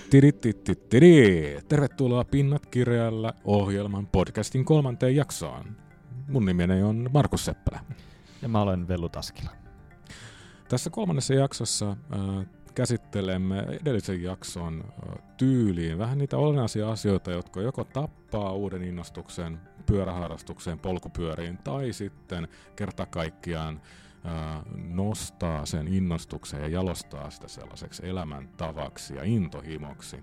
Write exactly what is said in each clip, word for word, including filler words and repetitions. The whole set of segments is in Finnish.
Tiri-tiri-tiri. Tervetuloa Pinnat kirjalla ohjelman podcastin kolmanteen jaksoon. Mun nimeni on Markus Seppälä. Ja mä olen Vellu Taskila. Tässä kolmannessa jaksossa äh, käsittelemme edellisen jakson äh, tyyliin vähän niitä olennaisia asioita, jotka joko tappaa uuden innostuksen pyöräharrastukseen, polkupyöriin, tai sitten kerta kaikkiaan äh, nostaa sen innostuksen ja jalostaa sitä sellaiseksi elämäntavaksi ja intohimoksi.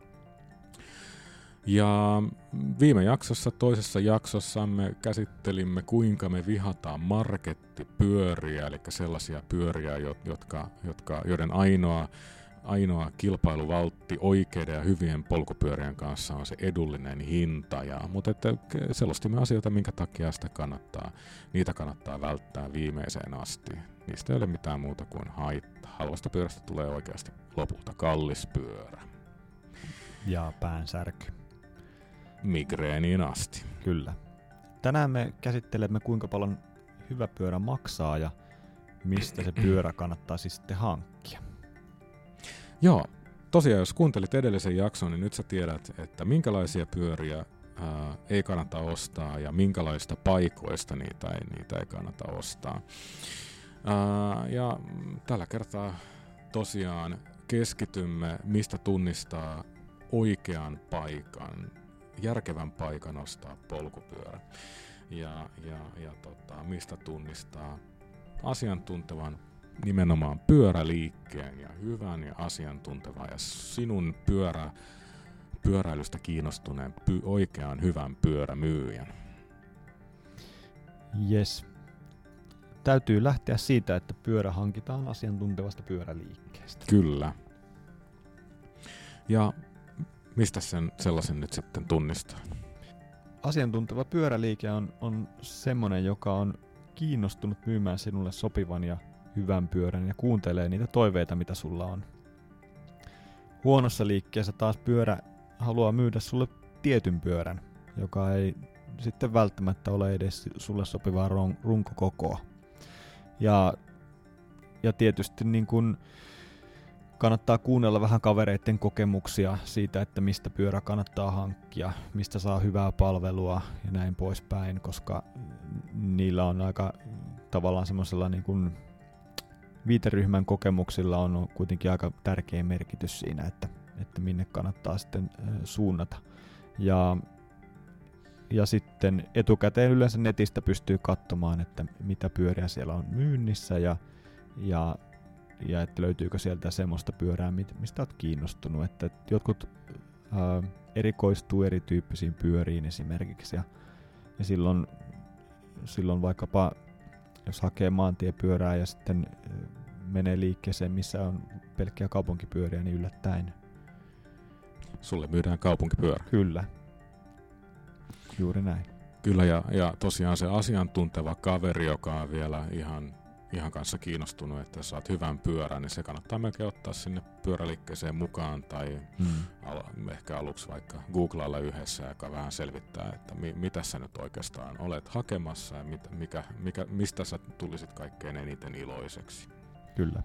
Ja viime jaksossa, toisessa jaksossamme käsittelimme, kuinka me vihataan markettipyöriä, eli sellaisia pyöriä, jotka, jotka, joiden ainoa, ainoa kilpailuvaltti oikeiden ja hyvien polkupyörien kanssa on se edullinen hinta. Ja, mutta että selostimme asioita, minkä takia sitä kannattaa, niitä kannattaa välttää viimeiseen asti. Niistä ei ole mitään muuta kuin haittaa. Halvasta pyörästä tulee oikeasti lopulta kallis pyörä. Ja päänsärky. Migreeniin asti. Kyllä. Tänään me käsittelemme, kuinka paljon hyvä pyörä maksaa ja mistä se pyörä kannattaa siis sitten hankkia. Joo, tosiaan jos kuuntelit edellisen jakson, niin nyt sä tiedät, että minkälaisia pyöriä ää, ei kannata ostaa ja minkälaista paikoista niitä ei, niitä ei kannata ostaa. Ää, ja tällä kertaa tosiaan keskitymme, mistä tunnistaa oikean paikan, järkevän paikan ostaa polkupyörä ja, ja, ja tota, mistä tunnistaa asiantuntevan nimenomaan pyöräliikkeen ja hyvän ja asiantuntevan ja sinun pyörä, pyöräilystä kiinnostuneen py, oikean hyvän pyörämyyjän. Yes. Täytyy lähteä siitä, että pyörä hankitaan asiantuntevasta pyöräliikkeestä. Kyllä. Ja mistä sen sellaisen nyt sitten tunnistaa? Asiantunteva pyöräliike on, on semmoinen, joka on kiinnostunut myymään sinulle sopivan ja hyvän pyörän ja kuuntelee niitä toiveita, mitä sulla on. Huonossa liikkeessä taas pyörä haluaa myydä sulle tietyn pyörän, joka ei sitten välttämättä ole edes sulle sopivaa runkokokoa. Ja, ja tietysti niin kun kannattaa kuunnella vähän kavereiden kokemuksia siitä, että mistä pyörä kannattaa hankkia, mistä saa hyvää palvelua ja näin poispäin, koska niillä on aika tavallaan semmoisella niin kuin viiteryhmän kokemuksilla on kuitenkin aika tärkeä merkitys siinä, että, että minne kannattaa sitten suunnata. Ja, ja sitten etukäteen yleensä netistä pystyy katsomaan, että mitä pyöriä siellä on myynnissä ja, ja ja että löytyykö sieltä semmoista pyörää, mistä olet kiinnostunut. Että jotkut ää, erikoistuu erityyppisiin pyöriin esimerkiksi. Ja, ja silloin, silloin vaikkapa, jos hakee maantiepyörää ja sitten menee liikkeeseen, missä on pelkkiä kaupunkipyöriä, niin yllättäen. Sulle myydään kaupunkipyörä. Kyllä. Juuri näin. Kyllä, ja, ja tosiaan se asiantunteva kaveri, joka on vielä ihan ihan kanssa kiinnostunut, että jos saat hyvän pyörän, niin se kannattaa melkein ottaa sinne pyöräliikkeeseen mukaan tai mm. al- ehkä aluksi vaikka googlailla yhdessä, joka vähän selvittää, että mi- mitä sä nyt oikeastaan olet hakemassa ja mit- mikä, mikä, mistä sä tulisit kaikkein eniten iloiseksi. Kyllä.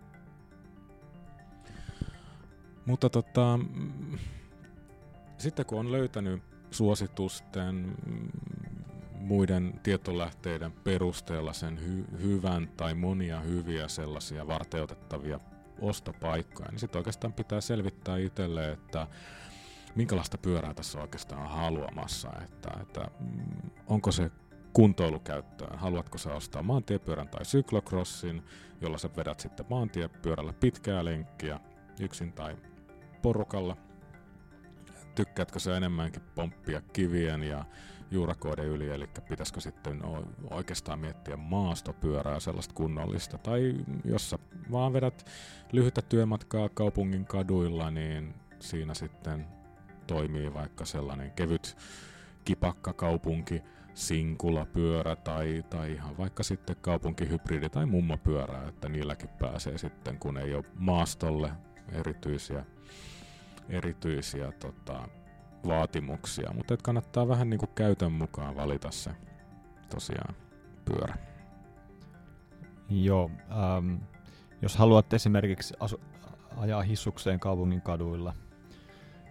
Mutta tota, sitten kun on löytänyt suositusten muiden tietolähteiden perusteella sen hy- hyvän tai monia hyviä sellaisia varteenotettavia ostopaikkoja, niin sitten oikeastaan pitää selvittää itselle, että minkälaista pyörää tässä oikeastaan haluamassa, että, että onko se kuntoilukäyttöön, haluatko sä ostaa maantiepyörän tai cyclocrossin, jolla sä vedät sitten maantiepyörällä pitkää lenkkiä yksin tai porukalla. Tykkäätkö sä enemmänkin pomppia kivien ja juurakoiden yli, eli pitäisikö sitten oikeastaan miettiä maastopyörää, sellaista kunnollista, tai jos sä vaan vedät lyhyttä työmatkaa kaupungin kaduilla, niin siinä sitten toimii vaikka sellainen kevyt kipakka kaupunki sinkulapyörä tai, tai ihan vaikka sitten kaupunkihybridi tai mummopyörä, että niilläkin pääsee sitten, kun ei ole maastolle erityisiä, erityisiä tota, vaatimuksia, mutta kannattaa vähän niin kuin käytön mukaan valita se tosiaan pyörä. Joo, ähm, jos haluat esimerkiksi asu- ajaa hissukseen kaupungin kaduilla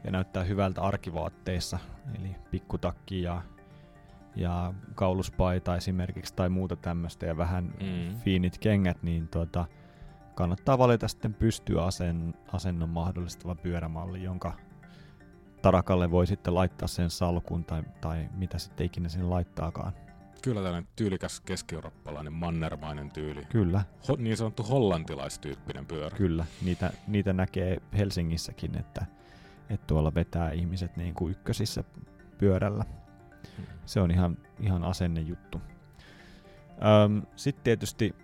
ja näyttää hyvältä arkivaatteissa, eli pikkutakki ja, ja kauluspaita esimerkiksi tai muuta tämmöistä ja vähän mm. fiinit kengät, niin tuota, kannattaa valita sitten pystyasen, asennon mahdollistava pyörämalli, jonka tarakalle voi sitten laittaa sen salkuun tai, tai mitä sitten ikinä sen laittaakaan. Kyllä tällainen tyylikäs keski-eurooppalainen mannermainen tyyli. Kyllä. Ho, niin sanottu hollantilaistyyppinen pyörä. Kyllä, niitä, niitä näkee Helsingissäkin, että, että tuolla vetää ihmiset niin kuin ykkösissä pyörällä. Hmm. Se on ihan, ihan asennejuttu. Öm, sitten tietysti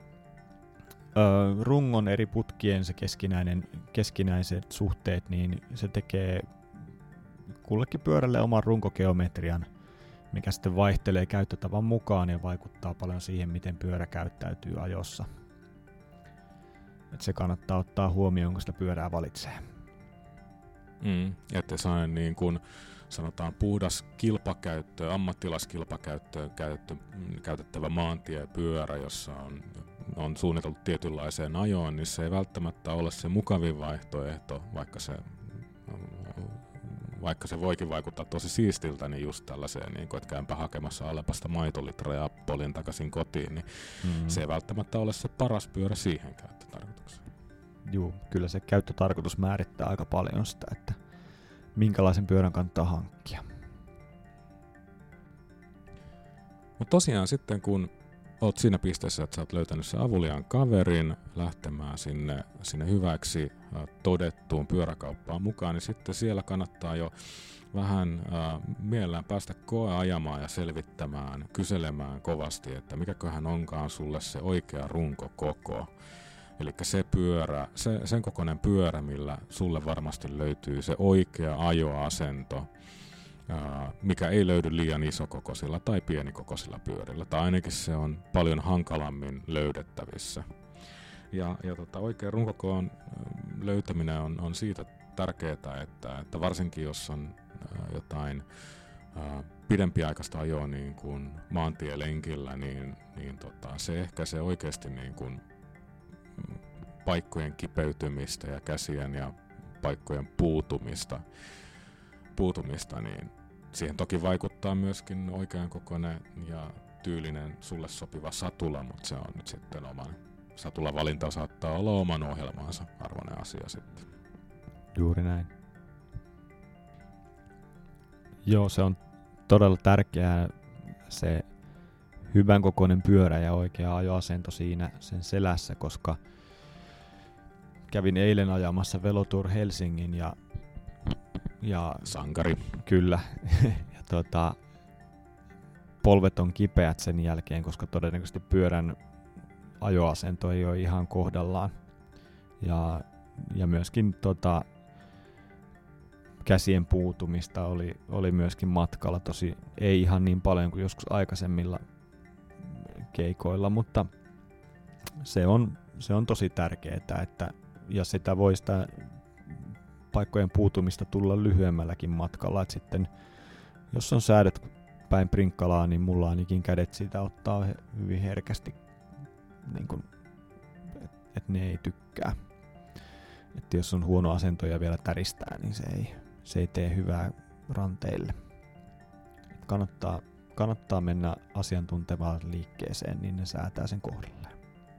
ö, rungon eri putkien se keskinäinen, keskinäiset suhteet, niin se tekee kullekin pyörälle oman runkogeometrian, mikä sitten vaihtelee käyttötavan mukaan ja vaikuttaa paljon siihen, miten pyörä käyttäytyy ajossa. Et se kannattaa ottaa huomioon, kun sitä pyörää valitsee. Mm, että se on niin kuin sanotaan puhdas kilpakäyttö, ammattilaiskilpakäyttöön käytetty, käytettävä maantiepyörä, jossa on, on suunniteltu tietynlaiseen ajoon, niin se ei välttämättä ole se mukavin vaihtoehto, vaikka se vaikka se voikin vaikuttaa tosi siistiltä, niin just tällaiseen, niin kun, että käympä hakemassa Alepasta maitolitraa ja polin takaisin kotiin, niin mm-hmm. se ei välttämättä ole se paras pyörä siihen käyttötarkoitukseen. Joo, kyllä se käyttötarkoitus määrittää aika paljon sitä, että minkälaisen pyörän kannattaa hankkia. Mutta tosiaan sitten kun olet siinä pisteessä, että sä oot löytänyt sen avuliaan kaverin lähtemään sinne, sinne hyväksi äh, todettuun pyöräkauppaan mukaan, niin sitten siellä kannattaa jo vähän äh, mielellään päästä koeajamaan ja selvittämään, kyselemään kovasti, että mikäköhän onkaan sulle se oikea runkokoko. Eli se pyörä, se, sen kokoinen pyörä, millä sulle varmasti löytyy se oikea ajoasento, Uh, mikä ei löydy liian isokokoisilla tai pienikokoisilla pyörillä, tai ainakin se on paljon hankalammin löydettävissä. Ja, ja tota, oikean runkokoon löytäminen on, on siitä tärkeää, että, että varsinkin jos on uh, jotain uh, pidempiaikaista ajoa niin kuin maantielenkillä, niin, niin tota, se ehkäisee oikeasti niin kuin paikkojen kipeytymistä ja käsien ja paikkojen puutumista. puutumista, niin siihen toki vaikuttaa myöskin oikean kokoinen ja tyylinen sulle sopiva satula, mutta se on nyt sitten oman satulavalinta saattaa olla oman ohjelmansa arvoinen asia sitten. Juuri näin. Joo, se on todella tärkeää se hyvän kokoinen pyörä ja oikea ajoasento siinä sen selässä, koska kävin eilen ajamassa Velotour Helsingin ja Ja, Sankari. Kyllä. ja tuota, polvet on kipeät sen jälkeen, koska todennäköisesti pyörän ajoasento ei ole ihan kohdallaan. Ja, ja myöskin tota, käsien puutumista oli, oli myöskin matkalla. Tosi ei ihan niin paljon kuin joskus aikaisemmilla keikoilla, mutta se on, se on tosi tärkeää, että ja sitä voi sitä paikkojen puutumista tulla lyhyemmälläkin matkalla, että sitten jos on säädöt päin prinkkalaa, niin mulla ainakin kädet siitä ottaa hyvin herkästi, niin kun, että et ne ei tykkää. Että jos on huono asento ja vielä täristää, niin se ei, se ei tee hyvää ranteille. Kannattaa, kannattaa mennä asiantuntevaan liikkeeseen, niin ne säätää sen kohdalleen.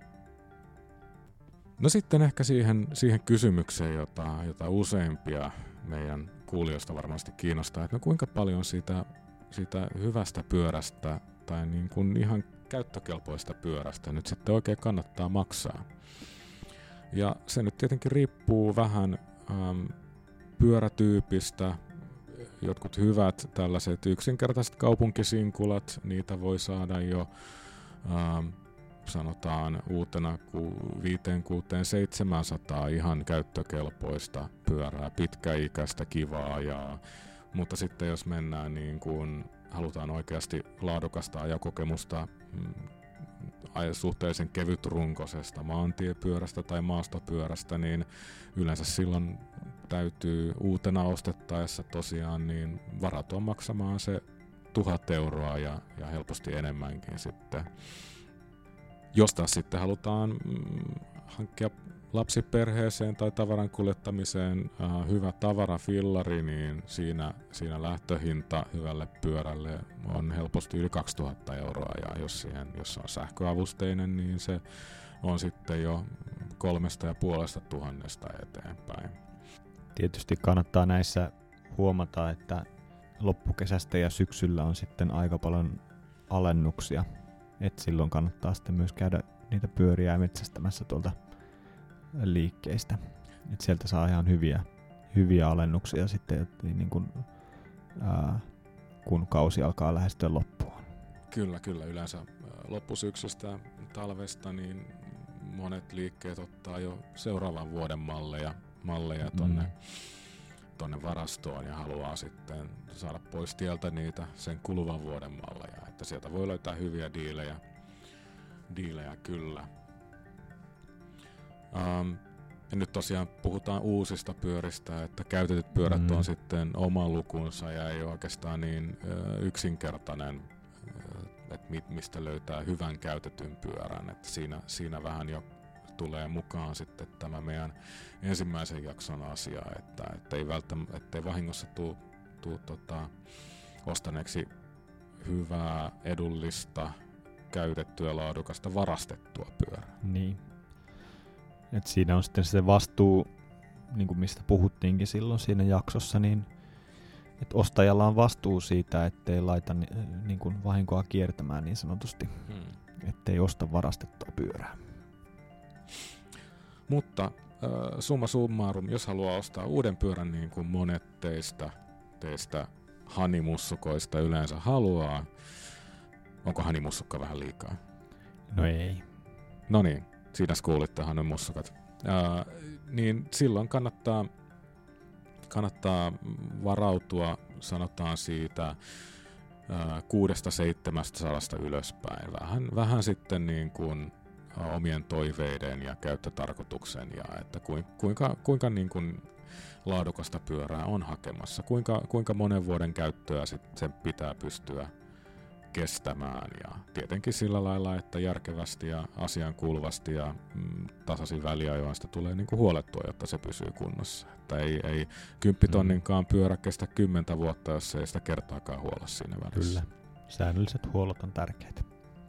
No sitten ehkä siihen, siihen kysymykseen, jota, jota useimpia meidän kuulijoista varmasti kiinnostaa, että no kuinka paljon siitä, siitä hyvästä pyörästä tai niin kuin ihan käyttökelpoista pyörästä nyt sitten oikein kannattaa maksaa. Ja se nyt tietenkin riippuu vähän äm, pyörätyypistä. Jotkut hyvät tällaiset yksinkertaiset kaupunkisinkulat, niitä voi saada jo äm, sanotaan uutena viisi kuusi seitsemänsataa ihan käyttökelpoista pyörää, pitkäikäistä, kivaa ajaa. Mutta sitten jos mennään niin kuin halutaan oikeasti laadukasta ajokokemusta mm, suhteellisen kevytrunkoisesta maantiepyörästä tai maastopyörästä, niin yleensä silloin täytyy uutena ostettaessa tosiaan niin varautua maksamaan se tuhat euroa ja, ja helposti enemmänkin sitten. Jos taas sitten halutaan mm, hankkia lapsiperheeseen tai tavaran kuljettamiseen äh, hyvä tavarafillari, niin siinä, siinä lähtöhinta hyvälle pyörälle on helposti yli kaksituhatta euroa, ja jos, siihen, jos se on sähköavusteinen, niin se on sitten jo kolmesta ja puolesta tuhannesta eteenpäin. Tietysti kannattaa näissä huomata, että loppukesästä ja syksyllä on sitten aika paljon alennuksia, et silloin kannattaa sitten myös käydä niitä pyöriä metsästämässä tuolta liikkeistä. Et sieltä saa ihan hyviä, hyviä alennuksia sitten, niin kun, ää, kun kausi alkaa lähestyä loppuun. Kyllä, kyllä. Yleensä loppusyksystä talvesta niin monet liikkeet ottaa jo seuraavan vuoden malleja, malleja tonne, mm. tonne varastoon ja haluaa sitten saada pois tieltä niitä sen kuluvan vuoden malleja. Että sieltä voi löytää hyviä diilejä, diilejä kyllä. Um, ja nyt tosiaan puhutaan uusista pyöristä, että käytetyt pyörät mm. on sitten oma lukunsa ja ei oikeastaan niin ö, yksinkertainen, että mistä löytää hyvän käytetyn pyörän. Että siinä, siinä vähän jo tulee mukaan sitten tämä meidän ensimmäisen jakson asia, että ettei, välttämättä, ettei vahingossa tuu, tuu tota, ostaneeksi hyvää, edullista, käytettyä, laadukasta, varastettua pyörää. Niin. Et siinä on sitten se vastuu, niin kuin mistä puhuttiinkin silloin siinä jaksossa, niin että ostajalla on vastuu siitä, ettei laita ni, niin kuin vahinkoa kiertämään niin sanotusti, hmm. ettei osta varastettua pyörää. Mutta äh, summa summarum, jos haluaa ostaa uuden pyörän niin kuin monet teistä, teistä hanimussukoista yleensä haluaa, onko hanimussukka vähän liikaa? No ei. No niin. Siinä kuulitte hanimussukat. Ää, niin silloin kannattaa, kannattaa varautua, sanotaan siitä kuudesta seitsemästä sadasta ylöspäin. Vähän, vähän sitten niin kuin omien toiveiden ja käyttötarkoituksen ja että kuinka, kuinka niin kuin laadukasta pyörää on hakemassa. Kuinka, kuinka monen vuoden käyttöä sit sen pitää pystyä kestämään ja tietenkin sillä lailla, että järkevästi ja asiaan kuuluvasti ja mm, tasaisin väliajoin sitä tulee niinku huolettua, jotta se pysyy kunnossa. Että ei, ei kymppitonninkaan pyörä kestä kymmentä vuotta, jos ei sitä kertaakaan huolla siinä välissä. Kyllä. Säännölliset huollot on tärkeitä.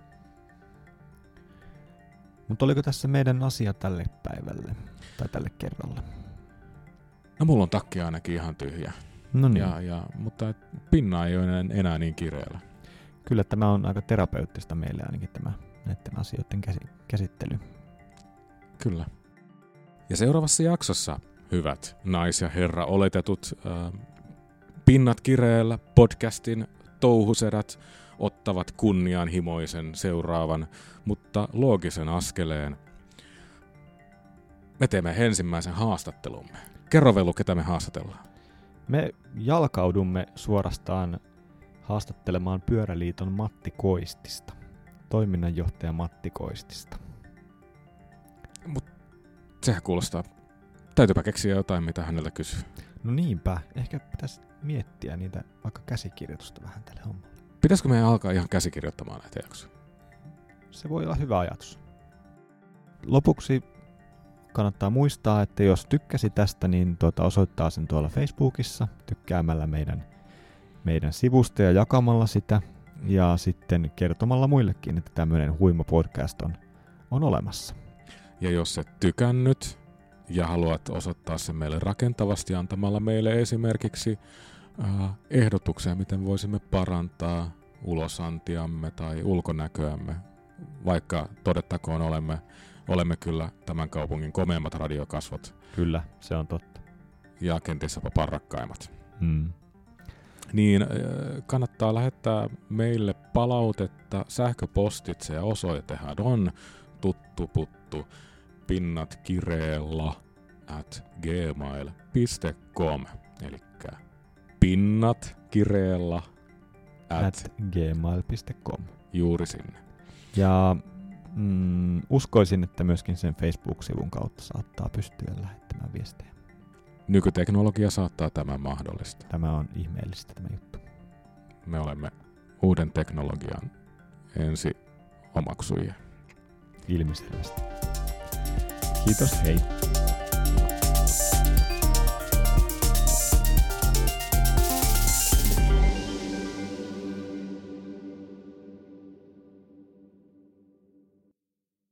Mutta oliko tässä meidän asia tälle päivälle tai tälle kerralle? No mulla on takki ainakin ihan tyhjä. No niin. Ja, ja, mutta pinna ei ole enää niin kireellä. Kyllä tämä on aika terapeuttista meille ainakin tämä näiden asioiden käsittely. Kyllä. Ja seuraavassa jaksossa, hyvät nais- ja herra oletetut äh, pinnat kireellä podcastin touhusedät ottavat kunnianhimoisen seuraavan, mutta loogisen askeleen. Me teemme ensimmäisen haastattelumme. Kerro Velu, ketä me haastatellaan. Me jalkaudumme suorastaan haastattelemaan Pyöräliiton Matti Koistista, toiminnanjohtaja Matti Koistista. Mut sehän kuulostaa. Täytyypä keksiä jotain, mitä häneltä kysyy. No niinpä, ehkä pitäisi miettiä niitä vaikka käsikirjoitusta vähän tälle hommalle. Pitäisikö meidän alkaa ihan käsikirjoittamaan näitä jaksoja? Se voi olla hyvä ajatus. Lopuksi kannattaa muistaa, että jos tykkäsi tästä, niin tuota osoittaa sen tuolla Facebookissa tykkäämällä meidän meidän sivusta ja jakamalla sitä ja sitten kertomalla muillekin, että tämmöinen huima podcast on, on olemassa. Ja jos et tykännyt ja haluat osoittaa sen meille rakentavasti antamalla meille esimerkiksi äh, ehdotuksia, miten voisimme parantaa ulosantiamme tai ulkonäköämme, vaikka todettakoon olemme, olemme kyllä tämän kaupungin komeimmat radiokasvot. Kyllä, se on totta. Ja kenties jopa parrakkaimmat. Mm. Niin kannattaa lähettää meille palautetta sähköpostitse ja osoitehan on tuttu puttu pinnatkireella at gmail piste com eli pinnatkireella at, at gmail piste com juuri sinne. Ja mm, uskoisin, että myöskin sen Facebook-sivun kautta saattaa pystyä lähettämään viestejä. Nykyteknologia saattaa tämän mahdollista. Tämä on ihmeellistä tämä juttu. Me olemme uuden teknologian ensi omaksujia. Ilmiselvästi. Kiitos, hei!